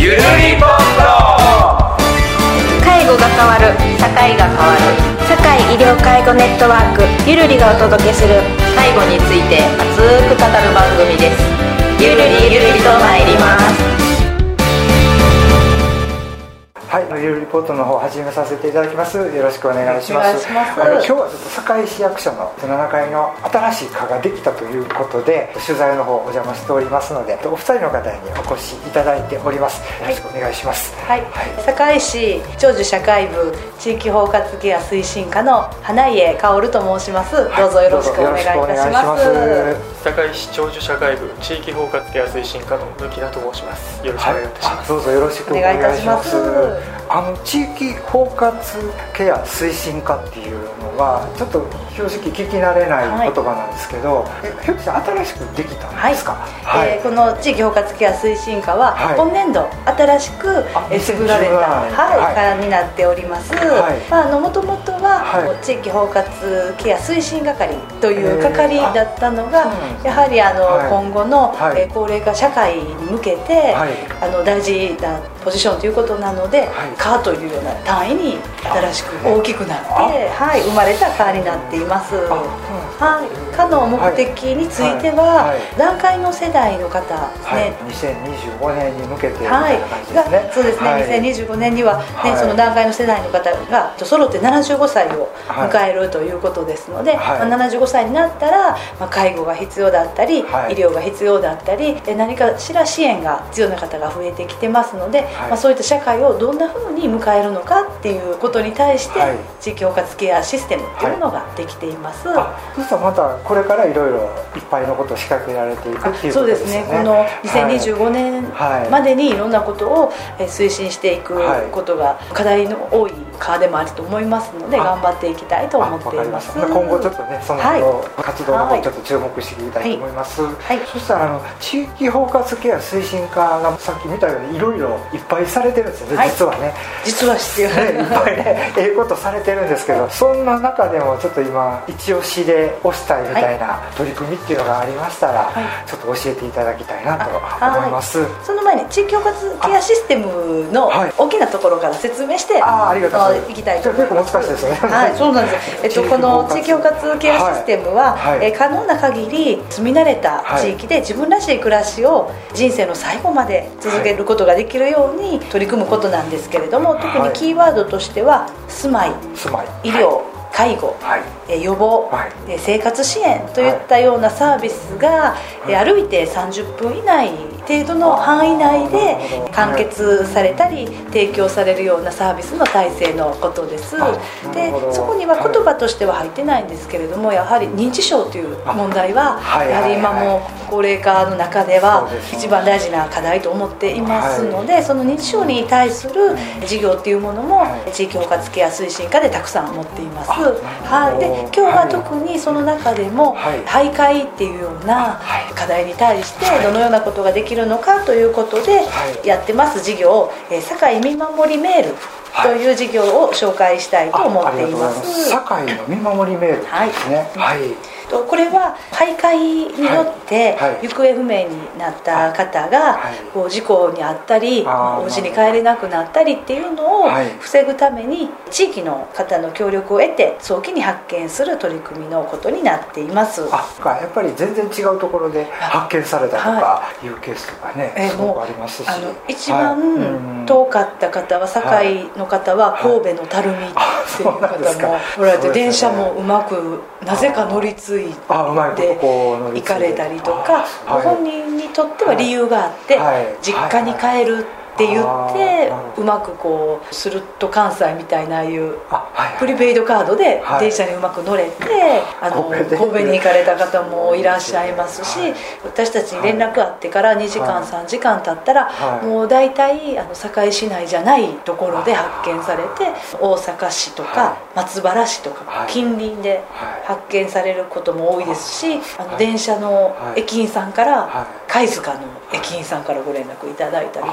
ゆるりぽんと介護が変わる、社会が変わる、社会医療介護ネットワークゆるりがお届けする介護について熱く語る番組です。ゆるりゆるりと参ります。 はい、ゆるリポートの方を始めさせていただきます。よろしくお願いします。今日はちょっと堺市役所の7階の新しい課ができたということで取材の方お邪魔しておりますので、お二人の方にお越しいただいております。よろしくお願いします。 はい、堺市長寿社会部地域包括ケア推進課の花家薫と申します。どうぞよろしくお願いいたします。 堺市長寿社会部地域包括ケア推進課の貫田と申します。よろしくお願いいたします。 どうぞよろしくお願いします。地域包括ケア推進課っていうのがちょっと正直聞き慣れない言葉なんですけど、ひょっとして新しくできたんですか？ この地域包括ケア推進課は、今年度新しく作られた課になっております。もともとは、地域包括ケア推進係という係だったのが、やはり今後の、高齢化社会に向けて、大事なポジションということなので、課というような単位に新しく大きくなって、生まれた課になっています。課の目的については、団塊の世代の方ですね、 2025年に向けてみたいな感じですね。 そうですね、2025年には、その団塊の世代の方が揃って75歳を迎えるということですので、75歳になったら、介護が必要だったり、医療が必要だったり、何かしら支援が必要な方が増えてきてますので、そういった社会をどんなふうに迎えるのかっていうことに対して、地域包括ケアシステムっていうのができています。 そしたらまたこれからいろいろいっぱいのことを仕掛けられていくっていうことですね。 そうですね、この2025年までにいろんなことを推進していくことが課題の多い課でもあると思いますので、頑張っていきたいと思っています。 今後ちょっとね、その活動の方ちょっと注目していきたいと思います。そしたら地域包括ケア推進課がさっき見たようにいろいろいっぱいされてるんですよね。実はね、 実は知ってる、 いっぱいね、ことされてるんですけど、そんな中でもちょっと今一押しで推したいみたいな取り組みっていうのがありましたら、ちょっと教えていただきたいなと思います。 その前に地域包括ケアシステムの大きなところから説明していきたいと思います。 結構難しいですね。 そうなんです。この地域包括ケアシステムは、可能な限り住み慣れた地域で自分らしい暮らしを人生の最後まで続けることができるように取り組むことなんですけれども、特にキーワードとしては住まい、医療、介護、予防、生活支援といったようなサービスが、歩いて30分以内程度の範囲内で完結されたり提供されるようなサービスの体制のことです。でそこには言葉としては入ってないんですけれども、やはり認知症という問題はやはり今も高齢化の中では一番大事な課題と思っていますので、その認知症に対する事業っていうものも地域包括ケア推進課でたくさん持っています。で今日は特にその中でも徘徊っていうような課題に対してどのようなことができるのかということでやってます事業、堺見守りメールという事業を紹介したいと思っています。 堺の見守りメールですね。 これは徘徊によって行方不明になった方が事故に遭ったりお家に帰れなくなったりっていうのを防ぐために地域の方の協力を得て早期に発見する取り組みのことになっています。 やっぱり全然違うところで発見されたとかいうケースとかね、すごくありますし、 一番遠かった方は堺の方は神戸の垂水っていう方もおられて、電車もうまくなぜか乗り継いで行かれたりとか、ご本人にとっては理由があって実家に帰るって言ってうまくこうスルッと関西みたいなああいうプリペイドカードで電車にうまく乗れて神戸に行かれた方もいらっしゃいますし、私たちに連絡あってから2時間3時間経ったらもう大体堺市内じゃないところで発見されて、大阪市とか松原市とか近隣で発見されることも多いですし、電車の駅員さんから貝塚の駅員さんからご連絡いただいたりとか、もう本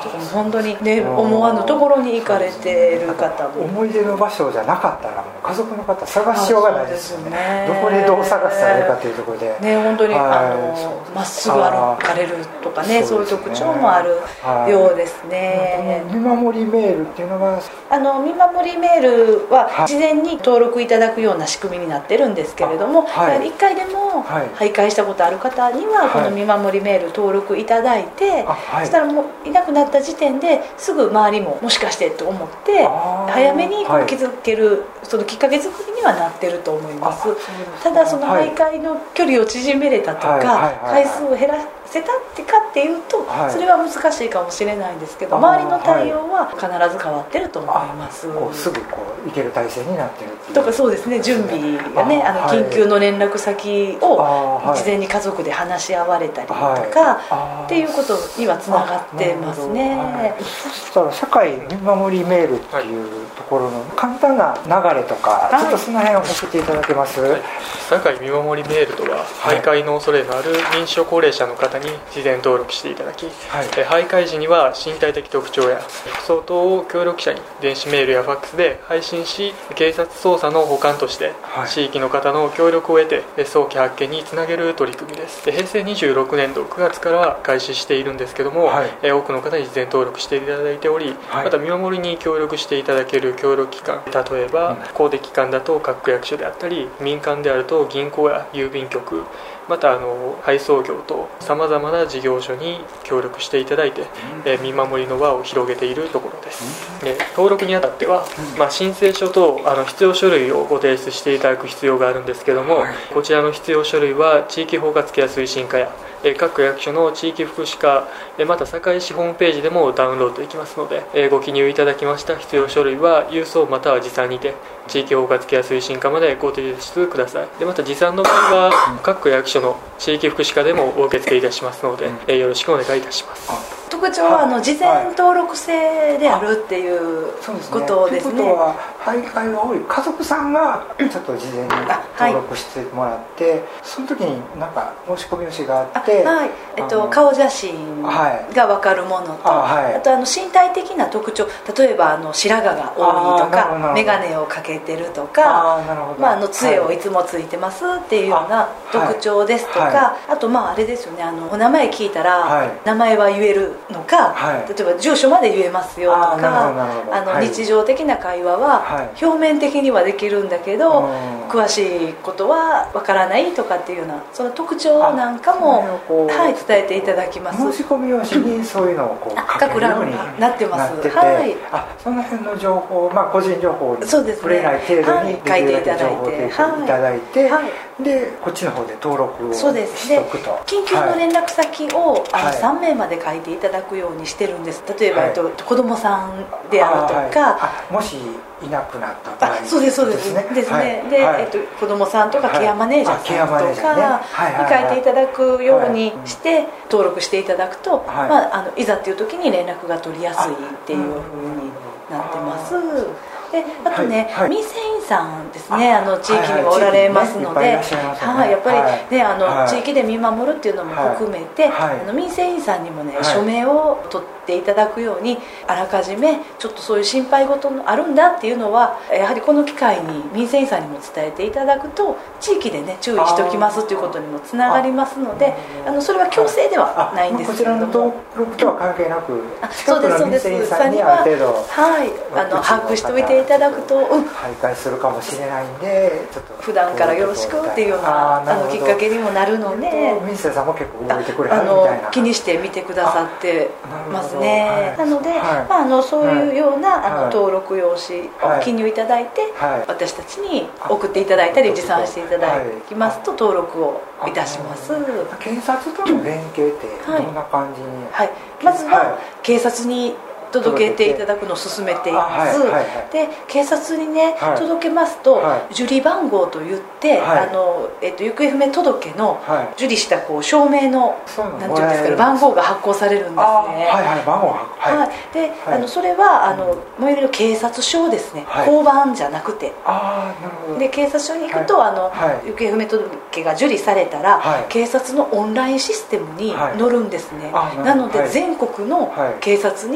本当にね、思わぬところに行かれてる方も、 思い出の場所じゃなかったらもう家族の方探しようがないですよね。どこでどう探したらいいかというところでね、本当にまっすぐ歩かれるとかね、そういう特徴もあるようですね。 見守りメールっていうのが見守りメールは事前に登録いただくような仕組みになってるんですけれども、1回でも徘徊したことある方にはこの見守りメール登録いただいて、そしたらもういなくなった時点ですぐ周りももしかしてと思って早めに気づける、そのきっかけ作りにはなってると思います。ただその徘徊の距離を縮めれたとか回数を減らせたってかっていうとそれは難しいかもしれないんですけど、周りの対応は必ず変わってると思います。 すぐ行ける体制になってるとか、そうですね、準備がね、緊急の連絡先を事前に家族で話し合われたりとかっていうことにはつながってますね。 そしたら社会見守りメールっていうところの簡単な流れとか、ちょっとその辺を教えていただけます？ 社会見守りメールとは、徘徊の恐れのある認知症高齢者の方に事前登録していただき、徘徊時には身体的特徴や服装等を協力者に電子メールやファックスで配信し、警察捜査の補完として地域の方の協力を得て早期発見につなげる取り組みです。平成26年度9月から開始しているんですけども、多くの方に事前登録していただいており、また見守りに協力していただける協力機関、例えば公的機関だと各区役所であったり、民間であると銀行や郵便局、また配送業とさまざまな事業所に協力していただいて、見守りの輪を広げているところです。登録にあたっては、申請書と必要書類をご提出していただく必要があるんですけども、こちらの必要書類は地域包括ケア推進課や各役所の地域福祉課、また堺市ホームページでもダウンロードできますので、ご記入いただきました必要書類は郵送または持参にて地域包括ケア推進課までご提出ください。でまた持参の場合は各役所の地域福祉課でもお受け付けいたしますので、よろしくお願いいたします。 特徴は事前登録制であるっていうことですね。 ということは徘徊が多い家族さんがちょっと事前に登録してもらって、その時になんか申し込み用紙があって、 顔写真が分かるものと、あと身体的な特徴、例えば白髪が多いとか眼鏡をかけてるとか、杖をいつもついてますっていうような特徴ですとか、あとあれですよね、お名前聞いたら名前は言えるのか、例えば住所まで言えますよとか、日常的な会話は表面的にはできるんだけど、詳しいことはわからないとかっていうようなその特徴なんかも伝えていただきます。 申し込み用紙にそういうのを書けるようになってて、その辺の情報、個人情報に触れない程度にできるだけ情報提供いただいて、でこっちの方で登録をしておくと。 緊急の連絡先を3名まで書いていただくようにしてるんです。例えば子供さんであるとか、 もしいなくなった場合、 そうですね。で子供さんとかケアマネージャーさんとかに書いていただくようにして登録していただくと、いざっていう時に連絡が取りやすいっていう風になってます。であとね、民生委員さんですね、地域にもおられますので、やっぱりね、地域で見守るっていうのも含めて、民生委員さんにもね、署名を取っていただくように、あらかじめちょっとそういう心配事あるんだっていうのはやはりこの機会に民生委員さんにも伝えていただくと、地域でね注意しておきますということにもつながりますので、それは強制ではないんですけれども、 こちらの登録とは関係なく近くの民生委員さんにある程度把握しておいていただくと、 徘徊するかもしれないんで、ちょっと普段からよろしくっていうようなきっかけにもなるので、 民生さんも結構動いてくれはるみたいな、 気にして見てくださってますね。なので、そういうような登録用紙を記入いただいて、私たちに送っていただいたり持参していただきますと登録をいたします。 警察との連携ってどんな感じに？ まずは警察に届けていただくのを勧めています。で警察にね、届けますと、受理番号といって、行方不明届の受理した証明のなんていうんですか、番号が発行されるんですね。 番号でそれは最寄りの警察署ですね、交番じゃなくて、で警察署に行くと行方不明届が受理されたら、警察のオンラインシステムに載るんですね。なので全国の警察に先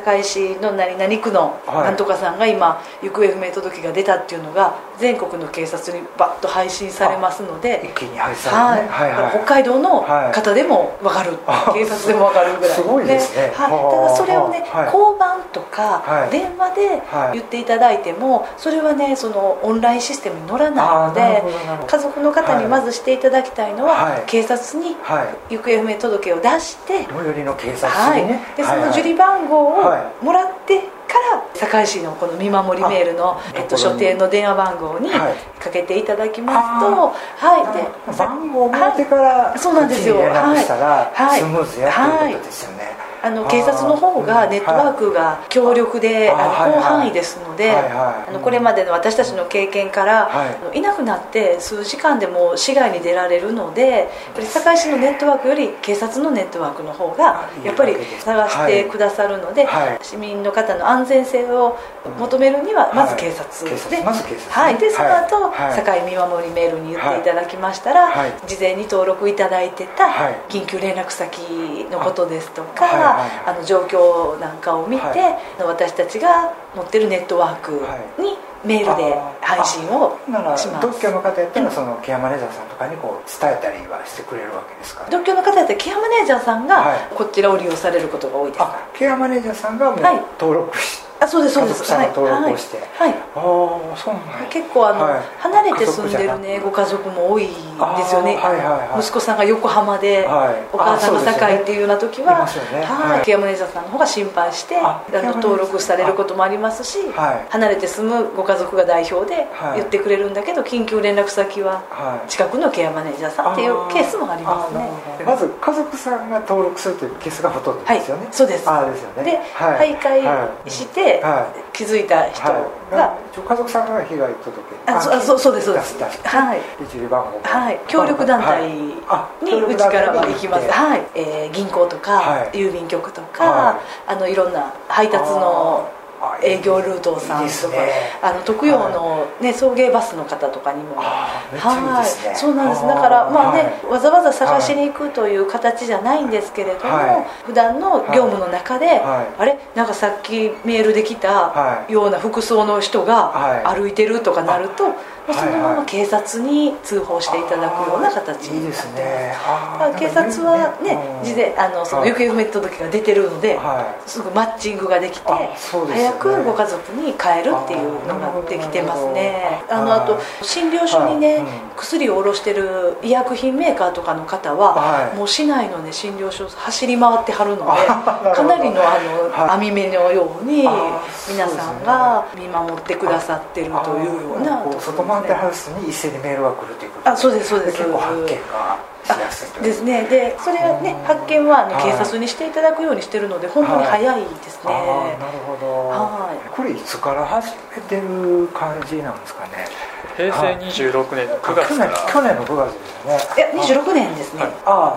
堺市の何々区のなんとかさんが今行方不明届が出たっていうのが全国の警察にバッと配信されますので、 一気に配信されるね、 北海道の方でも分かる、警察でも分かるぐらいすごいですね。 だからそれをね、交番とか電話で言っていただいても、それはねそのオンラインシステムに載らないので、家族の方にまずしていただきたいのは、警察に行方不明届を出して、 最寄りの警察にね、 でその受理番号をもらってから堺市のこの見守りメールの、所定の電話番号にかけていただきますと、 で番号をもらってからそうなんですよ、 連絡したらスムーズやということですよね。 警察の方がネットワークが強力で広範囲ですので、これまでの私たちの経験から、いなくなって数時間でも市外に出られるので、やっぱり堺市のネットワークより警察のネットワークの方がやっぱり探してくださるので、市民の方の安全性を求めるにはまず警察で、でその後堺見守りメールに言っていただきましたら、事前に登録いただいてた緊急連絡先のことですとか、状況なんかを見て、私たちが持ってるネットワークにメールで配信をします。 独居の方やったらそのケアマネージャーさんとかにこう伝えたりはしてくれるわけですか？ 独居の方やったらケアマネージャーさんがこちらを利用されることが多いです。 ケアマネージャーさんがもう登録してそうですそうです、 家族さんの登録をして、そうなん結構離れて住んでるねご家族も多いんですよね。息子さんが横浜で、お母さんが堺っていうような時は、ケアマネージャーさんの方が心配して登録されることもありますし、離れて住むご家族が代表で言ってくれるんだけど、緊急連絡先は近くのケアマネージャーさんっていうケースもありますね。 まず家族さんが登録するというケースがほとんどですよね。 そうです。で徘徊して気づいた人が家族さんが被害届そうですそうです、 受理番号協力団体にうちからは行きます。銀行とか郵便局とかいろんな配達の営業ルートさんとか、特養の、送迎バスの方とかにも、そうなんです。だからわざわざ探しに行くという形じゃないんですけれども、普段の業務の中で、あれなんかさっきメールで来たような服装の人が歩いてるとかなると、そのまま警察に通報していただくような形になってます。警察はね、事前その行方不明届が出てるので、すぐマッチングができて早くご家族に帰るっていうのができてますね。あと診療所にね薬を卸してる医薬品メーカーとかの方は、もう市内のね診療所走り回ってはるので、かなりの網目のように皆さんが見守ってくださってるというような外回ってハウスに一斉にメールが来るということそうですそうです。 結構発見がしやすいというですね。でそれはね、発見は警察にしていただくようにしてるので本当に早いですね。 なるほど。これいつから始めてる感じなんですかね？ 平成26年の9月から。 去年の9月ですよね。 いや26年ですね。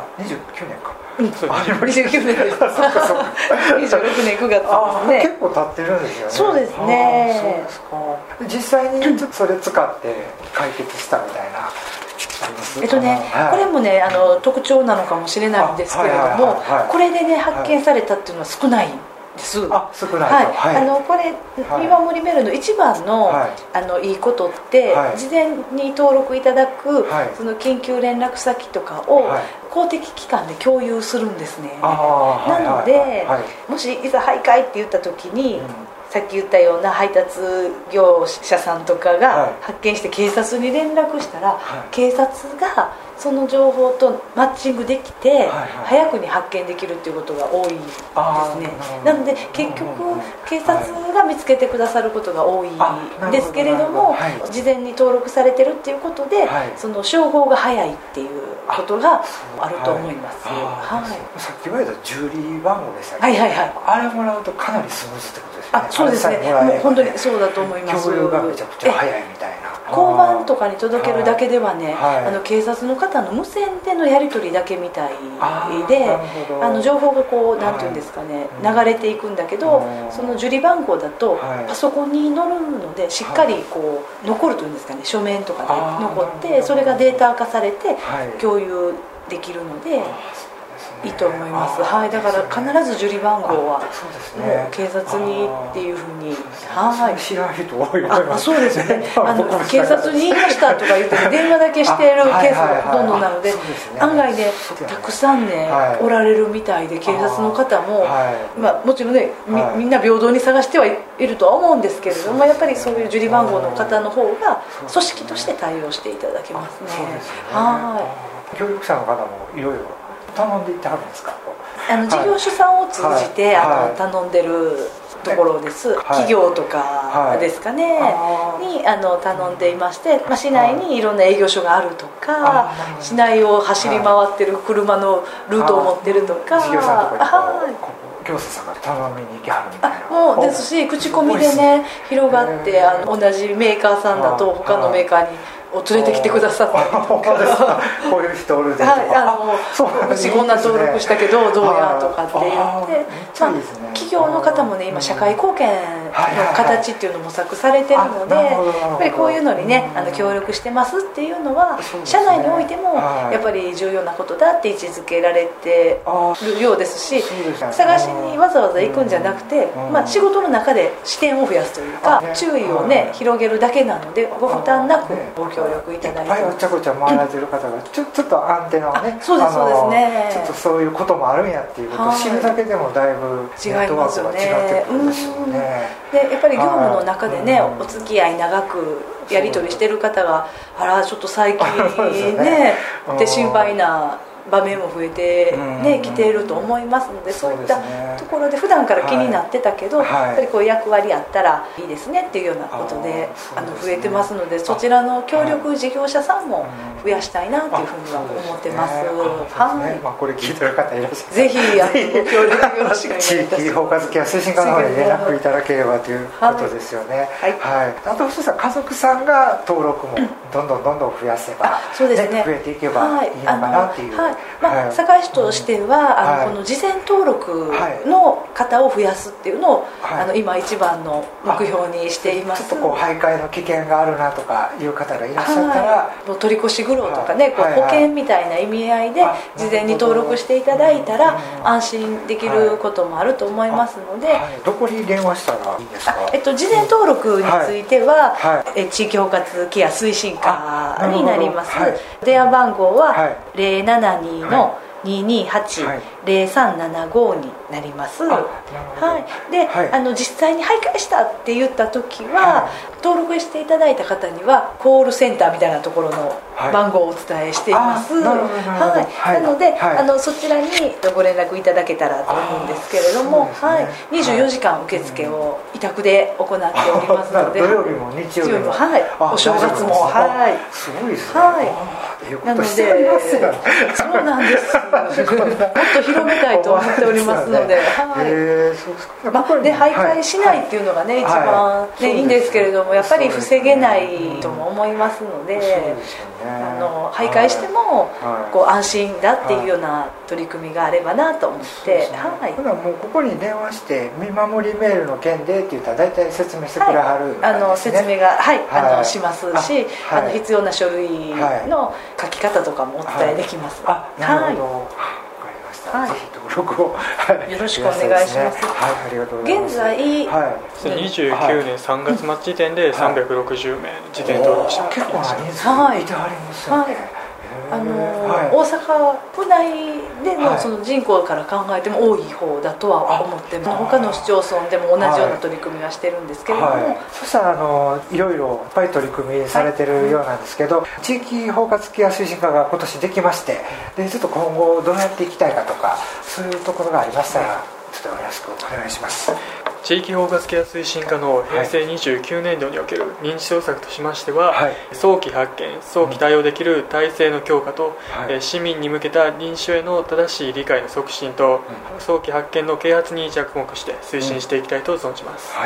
29年か。 29年です。26年9月ですね。 結構経ってるんですよね。 そうですね。 そうですか。実際にそれ使って解決したみたいな。 これもね特徴なのかもしれないんですけれども、これでね発見されたっていうのは少ないです。 少ないと。 これ見守りメールの一番のいいことって、事前に登録いただくその緊急連絡先とかを公的機関で共有するんですね。なのでもしいざ徘徊って言った時に、さっき言ったような配達業者さんとかが発見して警察に連絡したら、警察がその情報とマッチングできて早くに発見できるっていうことが多いですね。なので結局警察が見つけてくださることが多いんですけれども、事前に登録されてるっていうことでその照合が早いっていうことがあると思います。 さっき言われた受理番号でしたっけ？あれもらうとかなりスムーズってことですよね。 そうですね。もう本当にそうだと思います。 共有がめちゃくちゃ早いみたいな。 交番とかに届けるだけではね、警察の方の無線でのやり取りだけみたいで、情報がこうなんていうんですかね、流れていくんだけど、その受理番号だとパソコンに載るのでしっかりこう残るというんですかね、書面とかで残って、それがデータ化されて共有できるので。 いいと思います。はい、だから必ず受理番号はもう警察にっていうふうに、はい、 知らない人多いと思います。 そうですよね。警察に言いましたとか言って電話だけしているケースがほとんどなので、案外ねたくさんねおられるみたいで、警察の方もまあもちろんねみんな平等に探してはいるとは思うんですけれども、やっぱりそういう受理番号の方の方が組織として対応していただけますね。はい。 協力者の方もいろいろ頼んでいってはるんですか？ 事業主さんを通じて頼んでるところです。企業とかですかね、に頼んでいまして、市内にいろんな営業所があるとか、市内を走り回ってる車のルートを持ってるとか、 事業さんとかに業者さんが頼みに行きはるみたいな。 もうですし、口コミでね広がって、同じメーカーさんだと他のメーカーにを連れてきてくださったりとか、 こういう人おるでとか、 うちこんな登録したけどどうやとかって言って、企業の方もね今社会貢献の形っていうのを模索されてるので、やっぱりこういうのにね協力してますっていうのは社内においてもやっぱり重要なことだって位置づけられてるようですし、探しにわざわざ行くんじゃなくて、仕事の中で視点を増やすというか注意をね広げるだけなので、ご負担なくご協力いただいて、 いっぱいおっちゃこちゃ回られてる方がちょっとアンテナをね、 そうですそうですね、 ちょっとそういうこともあるんやっていうことを知るだけでもだいぶネットワークが違ってくるんですよね。 でやっぱり業務の中でねお付き合い長くやり取りしてる方がちょっと最近ねって心配な場面も増えてきていると思いますので、そういったところで普段から気になってたけど、やっぱりこう役割あったらいいですねっていうようなことで増えてますので、そちらの協力事業者さんも増やしたいなというふうには思ってます。 これ聞いてる方いらっしゃる、 ぜひご協力よろしくお願いいたします。 地域包括ケア推進課の方に連絡いただければということですよね。あとそしたら家族さんが登録もどんどん増やせば、増えていけばいいのかなっていう。 堺市としてはこの事前登録の方を増やすっていうのを今一番の目標にしています。 ちょっと徘徊の危険があるなとかいう方がいらっしゃったら、 取り越し苦労とかね、保険みたいな意味合いで事前に登録していただいたら安心できることもあると思いますので、 どこに電話したらいいですか？ 事前登録については地域包括ケア推進課になります。電話番号は072-228-0375になります。で、実際に徘徊したって言った時は、登録していただいた方にはコールセンターみたいなところの番号をお伝えしています。なのでそちらにご連絡いただけたらと思うんですけれども、24時間受付を委託で行っておりますので、 土曜日も日曜日も、 お正月も、 すごいですね。 なのでそうなんです。もっと広めたいと思っておりますので、徘徊しないっていうのがね一番いいんですけれども、やっぱり防げないとも思いますので、徘徊しても安心だっていうような取り組みがあればなと思って、 もうここに電話して見守りメールの件でって言ったら大体説明してくれはるんですね。 説明がしますし、必要な書類の書き方とかもお伝えできます。 なるほど、ぜひ登録をよろしくお願いします。 ありがとうございます。 現在 29年3月末時点で360名事前登録者がい結構な人数いてはりますよね。 大阪府内でのその人口から考えても多い方だとは思ってます。他の市町村でも同じような取り組みはしてるんですけれども、 そしたらいろいろいっぱい取り組みされてるようなんですけど、地域包括ケア推進課が今年できまして、でちょっと今後どうやっていきたいかとか、そういうところがありましたらちょっとよろしくお願いします。 地域包括ケア推進課の平成29年度における認知症策としましては、早期発見、早期対応できる体制の強化と、市民に向けた認知症への正しい理解の促進と、早期発見の啓発に着目して推進していきたいと存じます。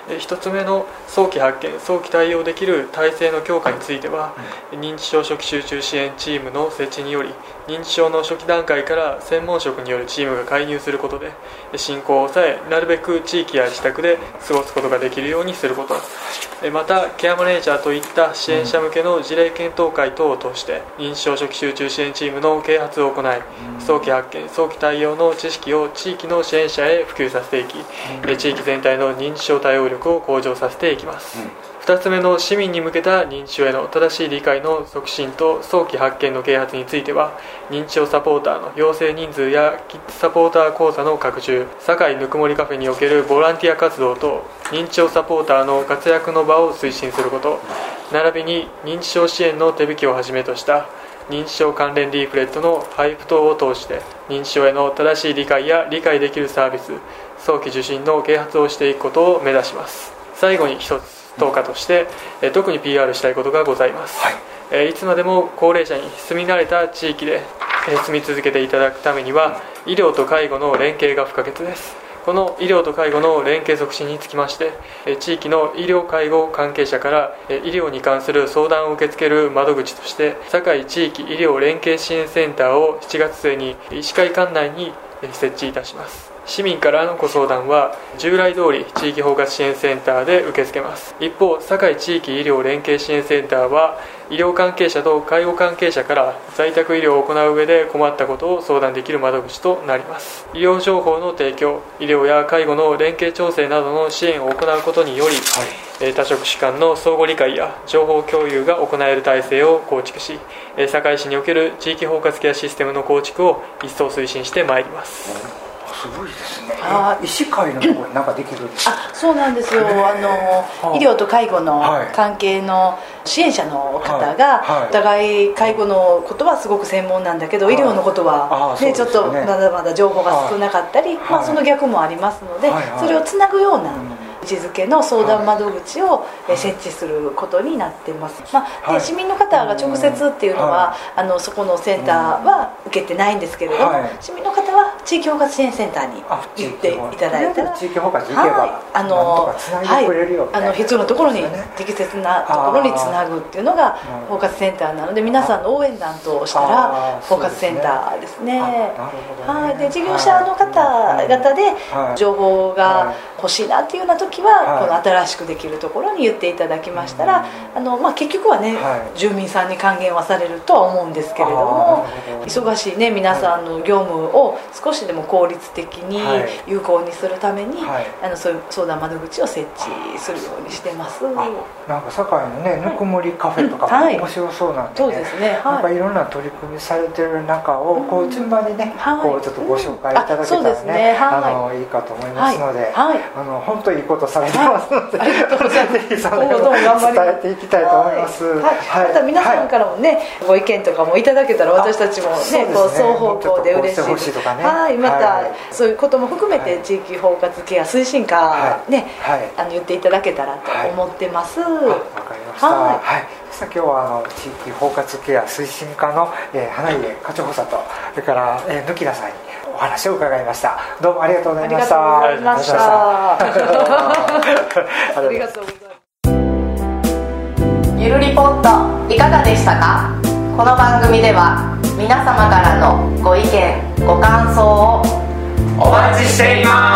1つ目の早期発見早期対応できる体制の強化については、認知症初期集中支援チームの設置により認知症の初期段階から専門職によるチームが介入することで進行を抑え、なるべく地域や自宅で過ごすことができるようにすること、またケアマネージャーといった支援者向けの事例検討会等を通して認知症初期集中支援チームの啓発を行い、早期発見早期対応の知識を地域の支援者へ普及させていき、地域全体の認知症対応力を向上させていきます。2つ目の市民に向けた認知症への正しい理解の促進と早期発見の啓発については、認知症サポーターの養成人数やキッズサポーター講座の拡充、堺ぬくもりカフェにおけるボランティア活動と認知症サポーターの活躍の場を推進すること、並びに認知症支援の手引きをはじめとした認知症関連リーフレットの配布等を通して認知症への正しい理解や理解できるサービス、早期受診の啓発をしていくことを目指します。最後に一つ10日として特に PR したいことがございます、いつまでも高齢者に住み慣れた地域で住み続けていただくためには医療と介護の連携が不可欠です。この医療と介護の連携促進につきまして地域の医療介護関係者から医療に関する相談を受け付ける窓口として堺地域医療連携支援センターを7月末に医師会館内に設置いたします。市民からのご相談は従来通り地域包括支援センターで受け付けます。一方、堺地域医療連携支援センターは医療関係者と介護関係者から在宅医療を行う上で困ったことを相談できる窓口となります。医療情報の提供、医療や介護の連携調整などの支援を行うことにより、多職種間の相互理解や情報共有が行える体制を構築し、堺市における地域包括ケアシステムの構築を一層推進してまいります。 すごいですね。医師会のところに何かできるんですか？ そうなんですよ。医療と介護の関係の支援者の方が、お互い介護のことはすごく専門なんだけど、医療のことは、ちょっとまだまだ情報が少なかったり、その逆もありますので、それをつなぐような位置づけの相談窓口を設置することになっています。で市民の方が直接っていうのは、そこのセンターは受けてないんですけれども、市民の方は地域包括支援センターに行っていただいたら、 地域包括行けばなんとかつないでくれるよみたいな、 必要なところに適切なところにつなぐっていうのが包括センターなので、皆さんの応援団としたら包括センターですね。で事業者の方々で情報が欲しいなっていうような時は、この新しくできるところに言っていただきましたら、結局はね、住民さんに還元はされるとは思うんですけれども、忙しいね皆さんの業務を少しでも効率的に有効にするために、そういう相談窓口を設置するようにしてます。 なんか堺のね、ぬくもりカフェとかも面白そうなんで、 そうですね、 なんかいろんな取り組みされてる中をこう順番にね、こうちょっとご紹介いただけたらね、いいかと思いますので、本当にいいことされてますので、ぜひそのように伝えていきたいと思います。 また皆さんからもね、ご意見とかもいただけたら、私たちもね、双方向で嬉しい。またそういうことも含めて地域包括ケア推進課ね、言っていただけたらと思ってます。 わかりました。今日は地域包括ケア推進課の花家課長補佐と、それからぬきなさんにお話を伺いました。どうもありがとうございました。 ありがとうございました。ありがとうございます。 ゆるりポットいかがでしたか？この番組では皆様からのご意見ご感想をお待ちしています。